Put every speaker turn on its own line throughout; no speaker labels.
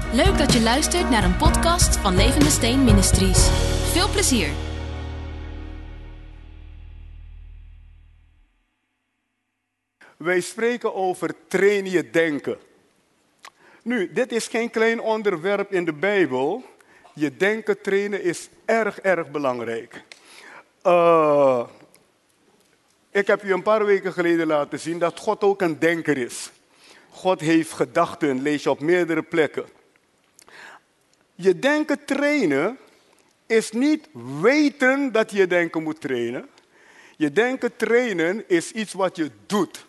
Leuk dat je luistert naar een podcast van Levende Steen Ministries. Veel plezier.
Wij spreken over trainen je denken. Nu, dit is geen klein onderwerp in de Bijbel. Je denken trainen is erg belangrijk. Ik heb u een paar weken geleden laten zien dat God ook een denker is. God heeft gedachten, lees je op meerdere plekken. Je denken trainen is niet weten dat je denken moet trainen. Je denken trainen is iets wat je doet.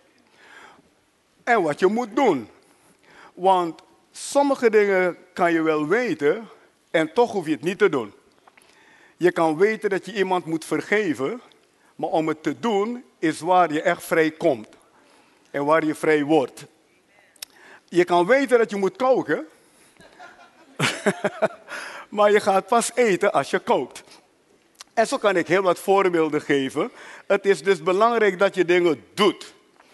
En wat je moet doen. Want sommige dingen kan je wel weten en toch hoef je het niet te doen. Je kan weten dat je iemand moet vergeven, maar om het te doen is waar je echt vrij komt. En waar je vrij wordt. Je kan weten dat je moet koken, maar je gaat pas eten als je kookt. En zo kan ik heel wat voorbeelden geven. Het is dus belangrijk dat je dingen doet.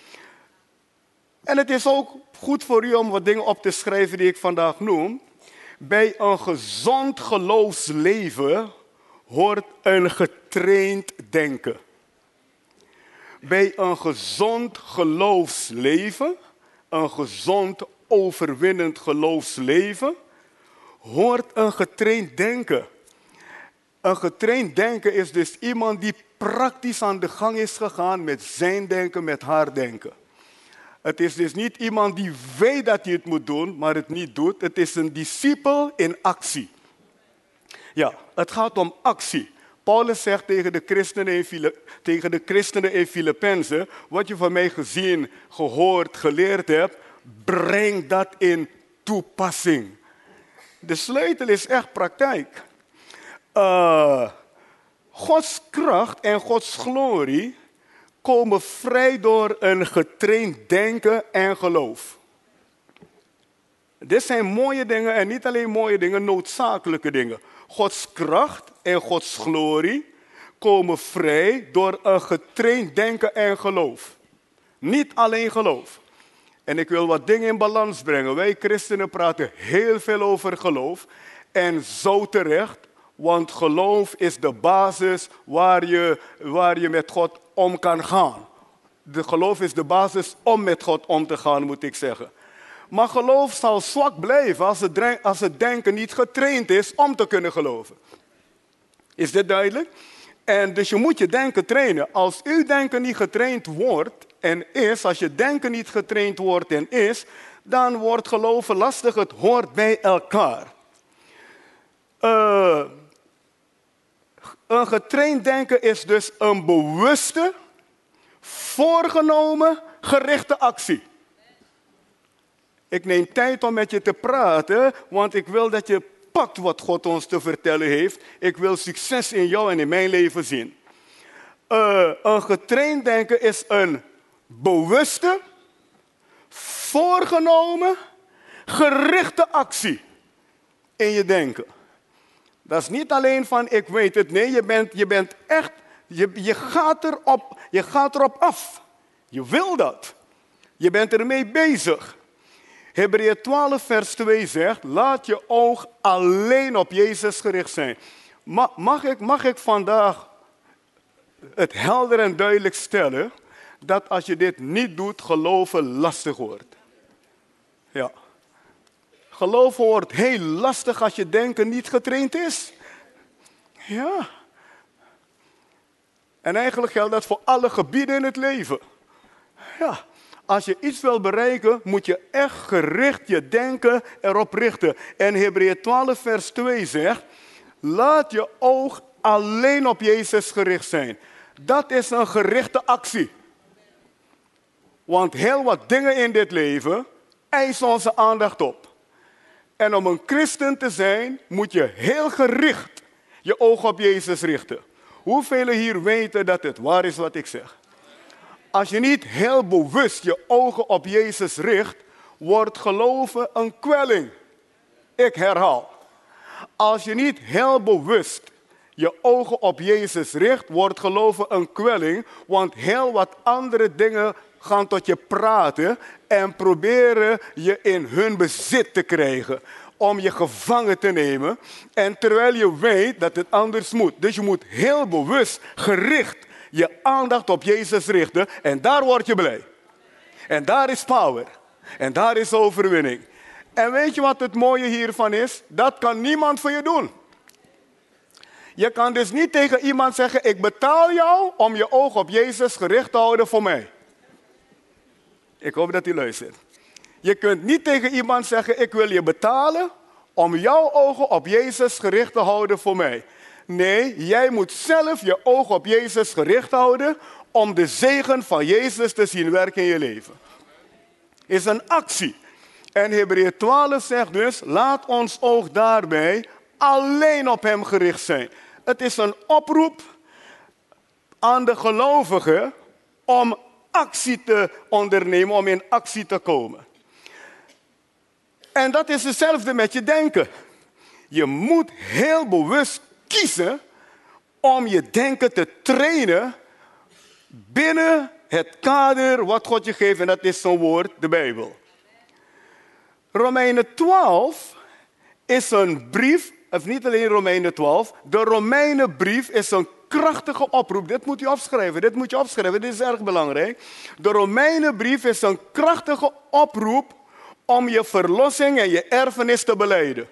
En het is ook goed voor u om wat dingen op te schrijven die ik vandaag noem. Bij een gezond geloofsleven hoort een getraind denken. Bij een gezond geloofsleven, een gezond overwinnend geloofsleven, hoort een getraind denken. Een getraind denken is dus iemand die praktisch aan de gang is gegaan met zijn denken, met haar denken. Het is dus niet iemand die weet dat hij het moet doen, maar het niet doet. Het is een discipel in actie. Ja, het gaat om actie. Paulus zegt tegen de christenen in Filippenzen, wat je van mij gezien, gehoord, geleerd hebt, breng dat in toepassing. De sleutel is echt praktijk. Gods kracht en Gods glorie komen vrij door een getraind denken en geloof. Dit zijn mooie dingen en niet alleen mooie dingen, noodzakelijke dingen. Gods kracht en Gods glorie komen vrij door een getraind denken en geloof. Niet alleen geloof. En ik wil wat dingen in balans brengen. Wij christenen praten heel veel over geloof. En zo terecht, want geloof is de basis waar je met God om kan gaan. De geloof is de basis om met God om te gaan, moet ik zeggen. Maar geloof zal zwak blijven als het denken niet getraind is om te kunnen geloven. Is dit duidelijk? En dus je moet je denken trainen. Als uw denken niet getraind wordt en is, als je denken niet getraind wordt en is, dan wordt geloven lastig. Het hoort bij elkaar. Een getraind denken is dus een bewuste, voorgenomen, gerichte actie. Ik neem tijd om met je te praten, want ik wil dat je pakt wat God ons te vertellen heeft. Ik wil succes in jou en in mijn leven zien. Een getraind denken is een bewuste, voorgenomen, gerichte actie in je denken. Dat is niet alleen van ik weet het. Nee, je bent echt, je gaat erop af. Je wil dat. Je bent ermee bezig. Hebreeën 12 vers 2 zegt, laat je oog alleen op Jezus gericht zijn. Mag ik vandaag het helder en duidelijk stellen dat als je dit niet doet, geloven lastig wordt. Ja. Geloven wordt heel lastig als je denken niet getraind is. Ja. En eigenlijk geldt dat voor alle gebieden in het leven. Ja. Als je iets wil bereiken, moet je echt gericht je denken erop richten. En Hebreeën 12 vers 2 zegt, laat je oog alleen op Jezus gericht zijn. Dat is een gerichte actie. Want heel wat dingen in dit leven eisen onze aandacht op. En om een christen te zijn, moet je heel gericht je oog op Jezus richten. Hoeveel hier weten dat het waar is wat ik zeg? Als je niet heel bewust je ogen op Jezus richt, wordt geloven een kwelling. Ik herhaal. Als je niet heel bewust je ogen op Jezus richt, wordt geloven een kwelling, want heel wat andere dingen gaan tot je praten en proberen je in hun bezit te krijgen. om je gevangen te nemen. En terwijl je weet dat het anders moet. Dus je moet heel bewust, gericht, je aandacht op Jezus richten. En daar word je blij. En daar is power. En daar is overwinning. En weet je wat het mooie hiervan is? Dat kan niemand voor je doen. Je kan dus niet tegen iemand zeggen, ik betaal jou om je oog op Jezus gericht te houden voor mij. Ik hoop dat u luistert. Je kunt niet tegen iemand zeggen, ik wil je betalen om jouw ogen op Jezus gericht te houden voor mij. Nee, jij moet zelf je oog op Jezus gericht houden om de zegen van Jezus te zien werken in je leven. Is een actie. En Hebreeën 12 zegt dus, laat ons oog daarbij alleen op hem gericht zijn. Het is een oproep aan de gelovigen om actie te ondernemen, om in actie te komen. En dat is hetzelfde met je denken. Je moet heel bewust kiezen om je denken te trainen binnen het kader wat God je geeft. En dat is zo'n woord, de Bijbel. Romeinen 12 is een brief, of niet alleen Romeinen 12. De Romeinenbrief is een krachtige oproep. Dit moet je opschrijven, dit is erg belangrijk. De Romeinenbrief is een krachtige oproep om je verlossing en je erfenis te belijden.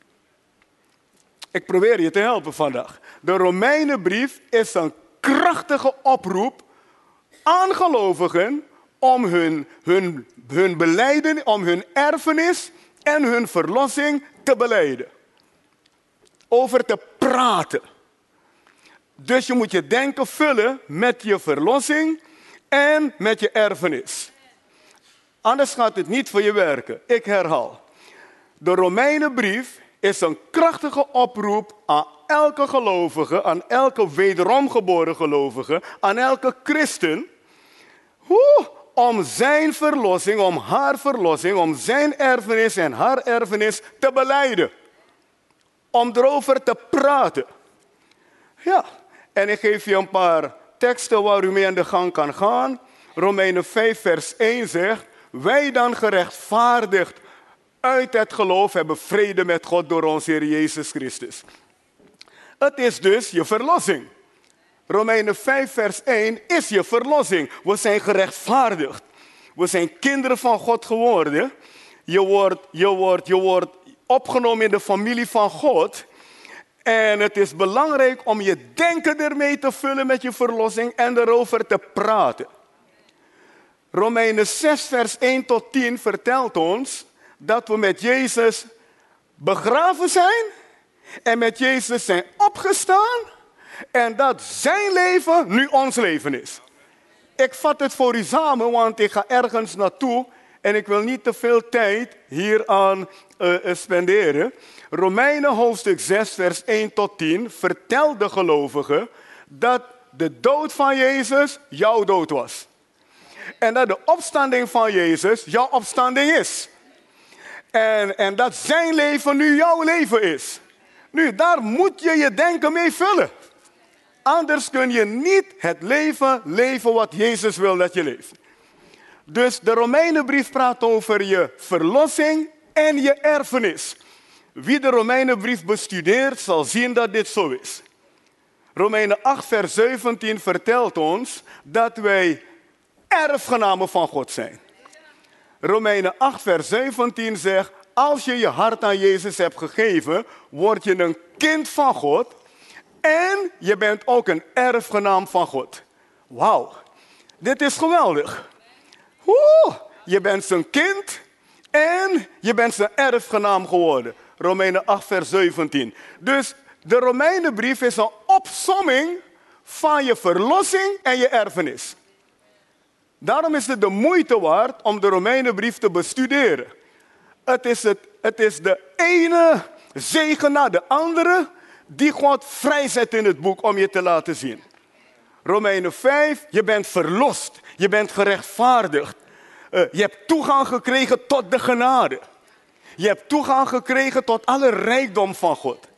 Ik probeer je te helpen vandaag. De Romeinenbrief is een krachtige oproep aan gelovigen om hun belijden, om hun erfenis en hun verlossing te belijden. Over te praten. Dus je moet je denken vullen met je verlossing en met je erfenis. Anders gaat het niet voor je werken. Ik herhaal. De Romeinenbrief is een krachtige oproep aan elke gelovige, aan elke wederom geboren gelovige, aan elke christen. Om zijn verlossing, om haar verlossing, om zijn erfenis en haar erfenis te belijden. Om erover te praten. Ja, en ik geef je een paar teksten waar u mee aan de gang kan gaan. Romeinen 5 vers 1 zegt, wij dan gerechtvaardigd uit het geloof hebben vrede met God door onze Heer Jezus Christus. Het is dus je verlossing. Romeinen 5 vers 1 is je verlossing. We zijn gerechtvaardigd. We zijn kinderen van God geworden. Je wordt opgenomen in de familie van God. En het is belangrijk om je denken ermee te vullen met je verlossing en erover te praten. Romeinen 6 vers 1 tot 10 vertelt ons dat we met Jezus begraven zijn en met Jezus zijn opgestaan en dat zijn leven nu ons leven is. Ik vat het voor u samen, want ik ga ergens naartoe en ik wil niet te veel tijd hieraan spenderen. Romeinen hoofdstuk 6 vers 1 tot 10 vertelt de gelovigen dat de dood van Jezus jouw dood was. En dat de opstanding van Jezus jouw opstanding is. En dat zijn leven nu jouw leven is. Nu, daar moet je je denken mee vullen. Anders kun je niet het leven leven wat Jezus wil dat je leeft. Dus de Romeinenbrief praat over je verlossing en je erfenis. Wie de Romeinenbrief bestudeert zal zien dat dit zo is. Romeinen 8 vers 17 vertelt ons dat wij erfgenamen van God zijn. Romeinen 8 vers 17 zegt, als je je hart aan Jezus hebt gegeven, word je een kind van God en je bent ook een erfgenaam van God. Wauw, dit is geweldig. Je bent zijn kind en je bent zijn erfgenaam geworden. Romeinen 8 vers 17. Dus de Romeinenbrief is een opsomming van je verlossing en je erfenis. Daarom is het de moeite waard om de Romeinenbrief te bestuderen. Het is de ene zegen na de andere die God vrijzet in het boek om je te laten zien. Romeinen 5, je bent verlost, je bent gerechtvaardigd. Je hebt toegang gekregen tot de genade. Je hebt toegang gekregen tot alle rijkdom van God.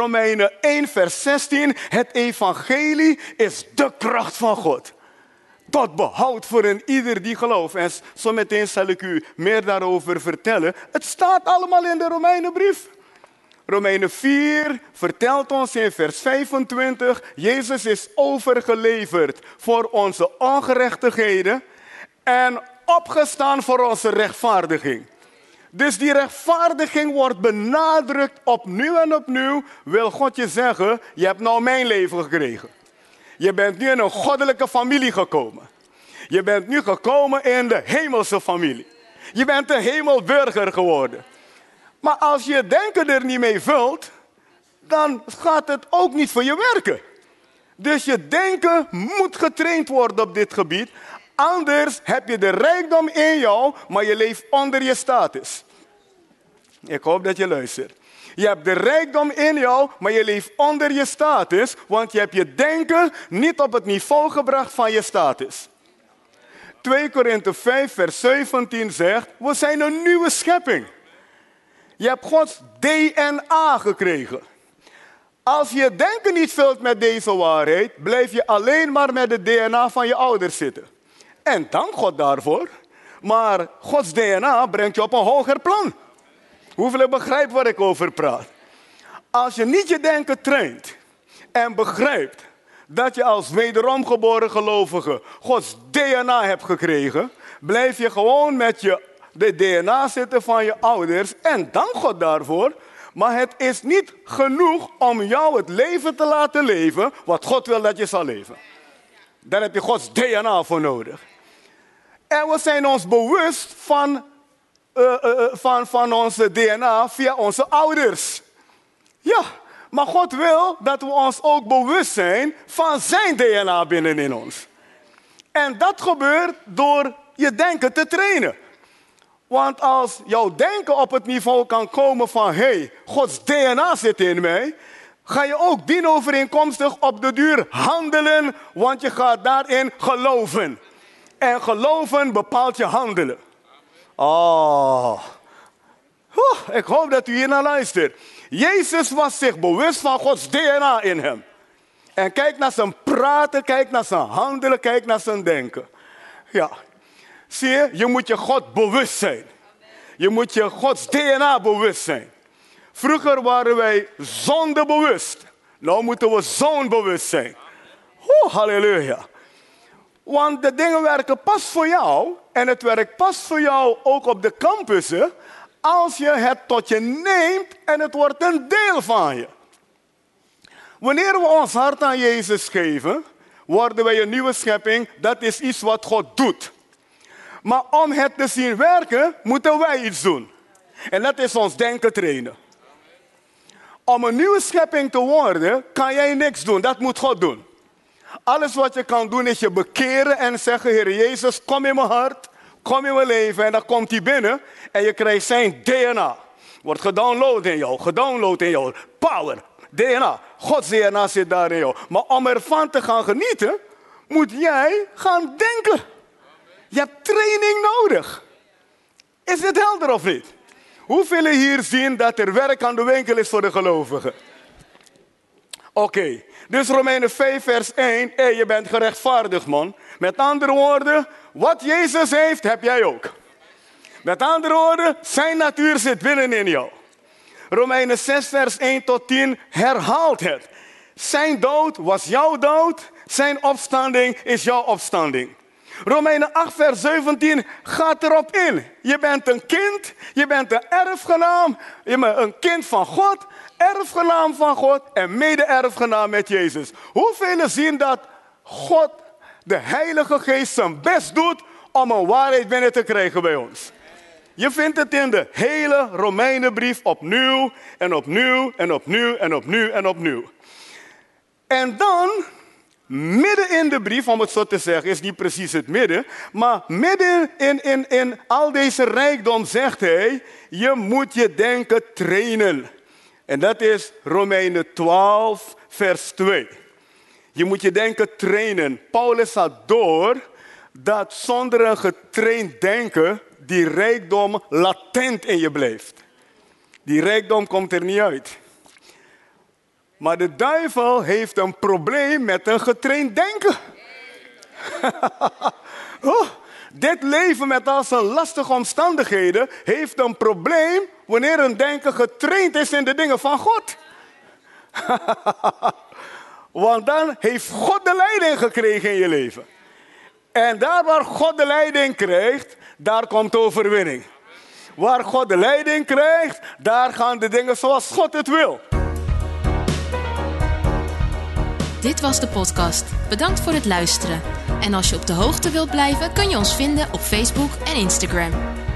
Romeinen 1 vers 16, het evangelie is de kracht van God. tot behoud voor een ieder die gelooft. En zo meteen zal ik u meer daarover vertellen. Het staat allemaal in de Romeinenbrief. Romeinen 4 vertelt ons in vers 25, Jezus is overgeleverd voor onze ongerechtigheden en opgestaan voor onze rechtvaardiging. Dus die rechtvaardiging wordt benadrukt opnieuw en opnieuw. Wil God je zeggen, je hebt nou mijn leven gekregen. Je bent nu in een goddelijke familie gekomen. Je bent nu gekomen in de hemelse familie. Je bent een hemelburger geworden. Maar als je denken er niet mee vult, dan gaat het ook niet voor je werken. Dus je denken moet getraind worden op dit gebied. Anders heb je de rijkdom in jou, maar je leeft onder je status. Ik hoop dat je luistert. Je hebt de rijkdom in jou, maar je leeft onder je status, want je hebt je denken niet op het niveau gebracht van je status. 2 Korinthe 5 vers 17 zegt, we zijn een nieuwe schepping. Je hebt Gods DNA gekregen. Als je denken niet vult met deze waarheid, blijf je alleen maar met het DNA van je ouders zitten. En dank God daarvoor. Maar Gods DNA brengt je op een hoger plan. Hoeveel begrijpt waar ik over praat? Als je niet je denken traint en begrijpt dat je als wederom geboren gelovige Gods DNA hebt gekregen, blijf je gewoon met de DNA zitten van je ouders en dank God daarvoor. Maar het is niet genoeg om jou het leven te laten leven wat God wil dat je zal leven. Daar heb je Gods DNA voor nodig. En we zijn ons bewust van onze DNA via onze ouders. Ja, maar God wil dat we ons ook bewust zijn van zijn DNA binnenin ons. En dat gebeurt door je denken te trainen. Want als jouw denken op het niveau kan komen van, hey, Gods DNA zit in mij, ga je ook dienovereenkomstig op de duur handelen, want je gaat daarin geloven. En geloven bepaalt je handelen. Oh. Ik hoop dat u hier naar luistert. Jezus was zich bewust van Gods DNA in hem. En kijk naar zijn praten, kijk naar zijn handelen, kijk naar zijn denken. Ja. Zie je, je moet je God bewust zijn. Je moet je Gods DNA bewust zijn. Vroeger waren wij zondebewust. Nou moeten we zoonbewust zijn. Halleluja. Want de dingen werken pas voor jou. En het werkt pas voor jou ook op de campussen. Als je het tot je neemt en het wordt een deel van je. Wanneer we ons hart aan Jezus geven, worden wij een nieuwe schepping. Dat is iets wat God doet. Maar om het te zien werken, moeten wij iets doen. En dat is ons denken trainen. Om een nieuwe schepping te worden, kan jij niks doen. Dat moet God doen. Alles wat je kan doen is je bekeren en zeggen, Heer Jezus, kom in mijn hart, kom in mijn leven. En dan komt hij binnen en je krijgt zijn DNA. Wordt gedownload in jou, power, DNA. Gods DNA zit daar in jou. Maar om ervan te gaan genieten, moet jij gaan denken. Je hebt training nodig. Is dit helder of niet? Hoeveel hier zien dat er werk aan de winkel is voor de gelovigen? Oké, dus Romeinen 5 vers 1. Je bent gerechtvaardigd, man. Met andere woorden, wat Jezus heeft, heb jij ook. Met andere woorden, zijn natuur zit binnenin jou. Romeinen 6 vers 1 tot 10 herhaalt het. Zijn dood was jouw dood. Zijn opstanding is jouw opstanding. Romeinen 8 vers 17 gaat erop in. Je bent een kind, je bent een erfgenaam, je bent een kind van God, erfgenaam van God en mede-erfgenaam met Jezus. Hoeveel zien dat God, de Heilige Geest, zijn best doet om een waarheid binnen te krijgen bij ons? Je vindt het in de hele Romeinenbrief opnieuw en opnieuw en opnieuw en opnieuw en opnieuw. En dan, midden in de brief, om het zo te zeggen, is niet precies het midden, maar midden in al deze rijkdom zegt hij, je moet je denken trainen. En dat is Romeinen 12, vers 2. Je moet je denken trainen. Paulus had door dat zonder een getraind denken die rijkdom latent in je blijft. Die rijkdom komt er niet uit. Maar de duivel heeft een probleem met een getraind denken. Dit leven met al zijn lastige omstandigheden heeft een probleem wanneer een denker getraind is in de dingen van God. Want dan heeft God de leiding gekregen in je leven. En daar waar God de leiding krijgt, daar komt overwinning. Waar God de leiding krijgt, daar gaan de dingen zoals God het wil.
Dit was de podcast. Bedankt voor het luisteren. En als je op de hoogte wilt blijven, kun je ons vinden op Facebook en Instagram.